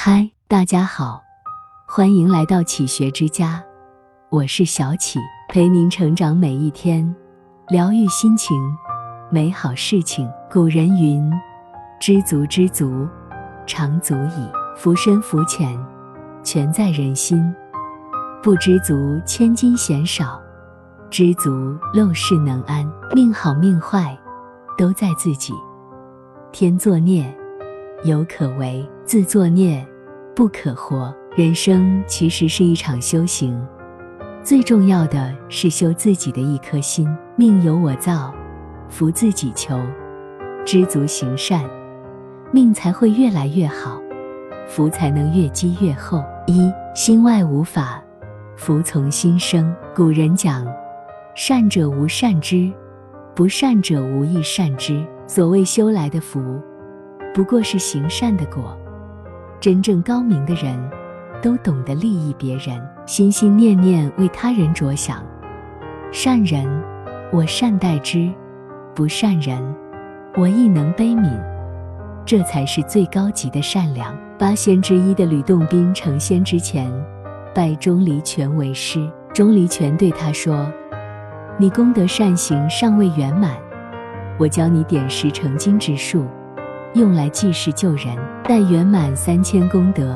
嗨，大家好，欢迎来到启学之家，我是小启，陪您成长每一天，疗愈心情，美好事情。古人云：知足知足，常足矣。福深福浅，全在人心。不知足，千金嫌少；知足，陋室能安。命好命坏，都在自己。天作孽，有可为；自作孽，不可活。人生其实是一场修行，最重要的是修自己的一颗心。命由我造，福自己求。知足行善，命才会越来越好，福才能越积越厚。心外无法，福从心生。古人讲：善者无善之，不善者无亦善之。所谓修来的福，不过是行善的果。真正高明的人都懂得利益别人，心心念念为他人着想。善人，我善待之；不善人，我亦能悲悯。这才是最高级的善良。八仙之一的吕洞宾成仙之前，拜钟离权为师。钟离权对他说：你功德善行尚未圆满，我教你点石成金之术，用来济世救人。待圆满3000功德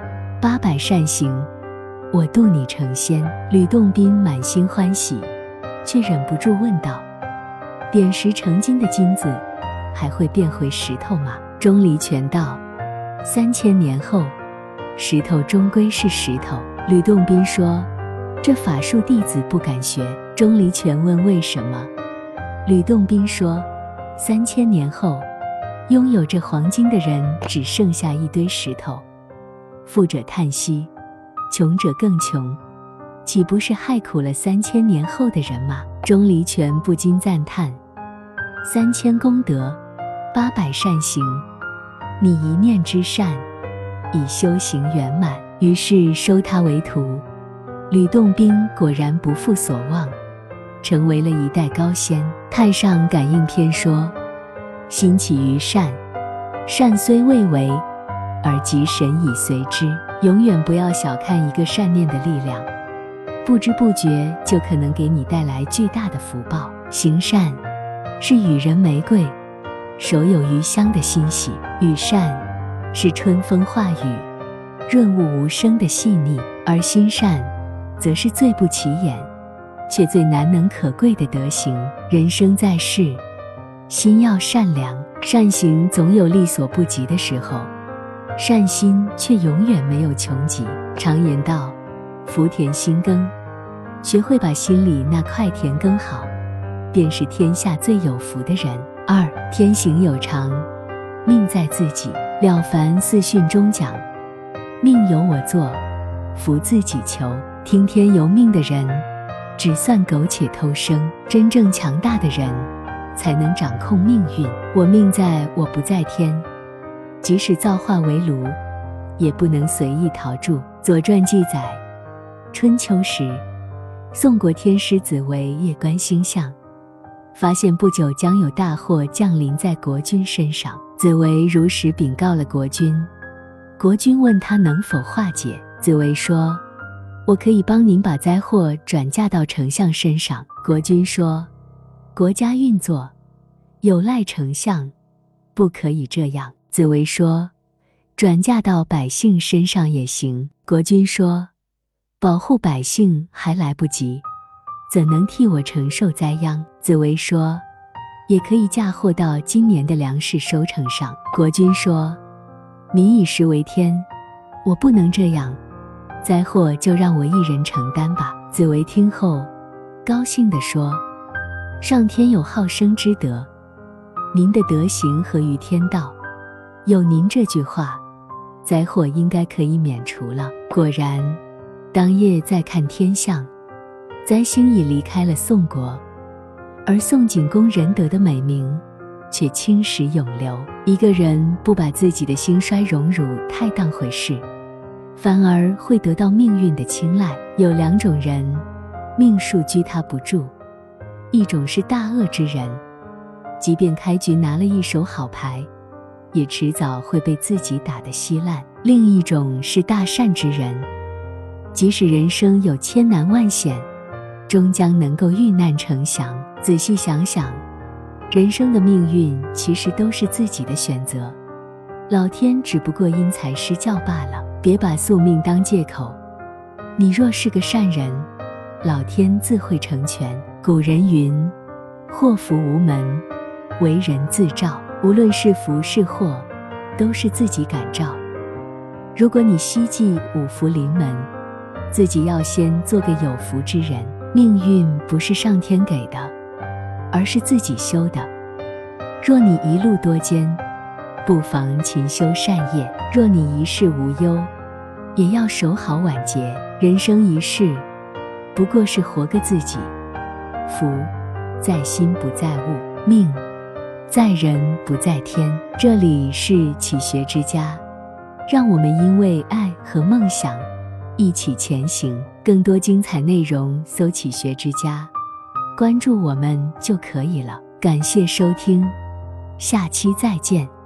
，800善行，我渡你成仙。吕洞宾满心欢喜，却忍不住问道：点石成金的金子还会变回石头吗？钟离权道：3000年后，石头终归是石头。吕洞宾说：这法术弟子不敢学。钟离权问为什么？吕洞宾说：3000年后，拥有这黄金的人只剩下一堆石头。富者叹息，穷者更穷，岂不是害苦了3000年后的人吗？钟离权不禁赞叹：3000功德，800善行，你一念之善，已修行圆满。于是收他为徒。吕洞宾果然不负所望，成为了一代高仙。太上感应篇说：心起于善，善虽未为，而即神已随之。永远不要小看一个善念的力量，不知不觉就可能给你带来巨大的福报。行善是予人玫瑰，手有余香的欣喜；与善是春风化雨，润物无声的细腻。而心善则是最不起眼，却最难能可贵的德行。人生在世，心要善良，善行总有力所不及的时候，善心却永远没有穷极。常言道：福田心耕，学会把心里那块田耕好，便是天下最有福的人。天行有常，命在自己。了凡四训中讲：命由我做，福自己求。听天由命的人，只算苟且偷生；真正强大的人，才能掌控命运。我命在我不在天，即使造化为炉，也不能随意陶铸。左传记载，春秋时，宋国天师子为夜观星象，发现不久将有大祸降临在国君身上。子为如实禀告了国君，国君问他能否化解。子为说：我可以帮您把灾祸转嫁到丞相身上。国君说：国家运作有赖丞相，不可以这样。子为说：转嫁到百姓身上也行。国君说：保护百姓还来不及，怎能替我承受灾殃？子为说：也可以嫁祸到今年的粮食收成上。国君说：民以食为天，我不能这样，灾祸就让我一人承担吧。子为听后高兴地说：上天有好生之德，您的德行合于天道，有您这句话，灾祸应该可以免除了。果然，当夜再看天象，灾星已离开了宋国，而宋景公仁德的美名却青史永留。一个人不把自己的兴衰荣辱太当回事，反而会得到命运的青睐。有2种人，命数居他不住。一种是大恶之人，即便开局拿了一手好牌，也迟早会被自己打得稀烂。 另一种是大善之人，即使人生有千难万险，终将能够遇难成祥。仔细想想，人生的命运其实都是自己的选择，老天只不过因材施教罢了。别把宿命当借口，你若是个善人，老天自会成全。古人云：祸福无门，为人自照。无论是福是祸，都是自己感召。如果你希冀五福临门，自己要先做个有福之人。命运不是上天给的，而是自己修的。若你一路多艰，不妨勤修善业；若你一世无忧，也要守好晚节。人生一世，不过是活个自己。福在心不在物，命在人不在天。这里是启学之家，让我们因为爱和梦想一起前行。更多精彩内容搜启学之家，关注我们就可以了。感谢收听，下期再见。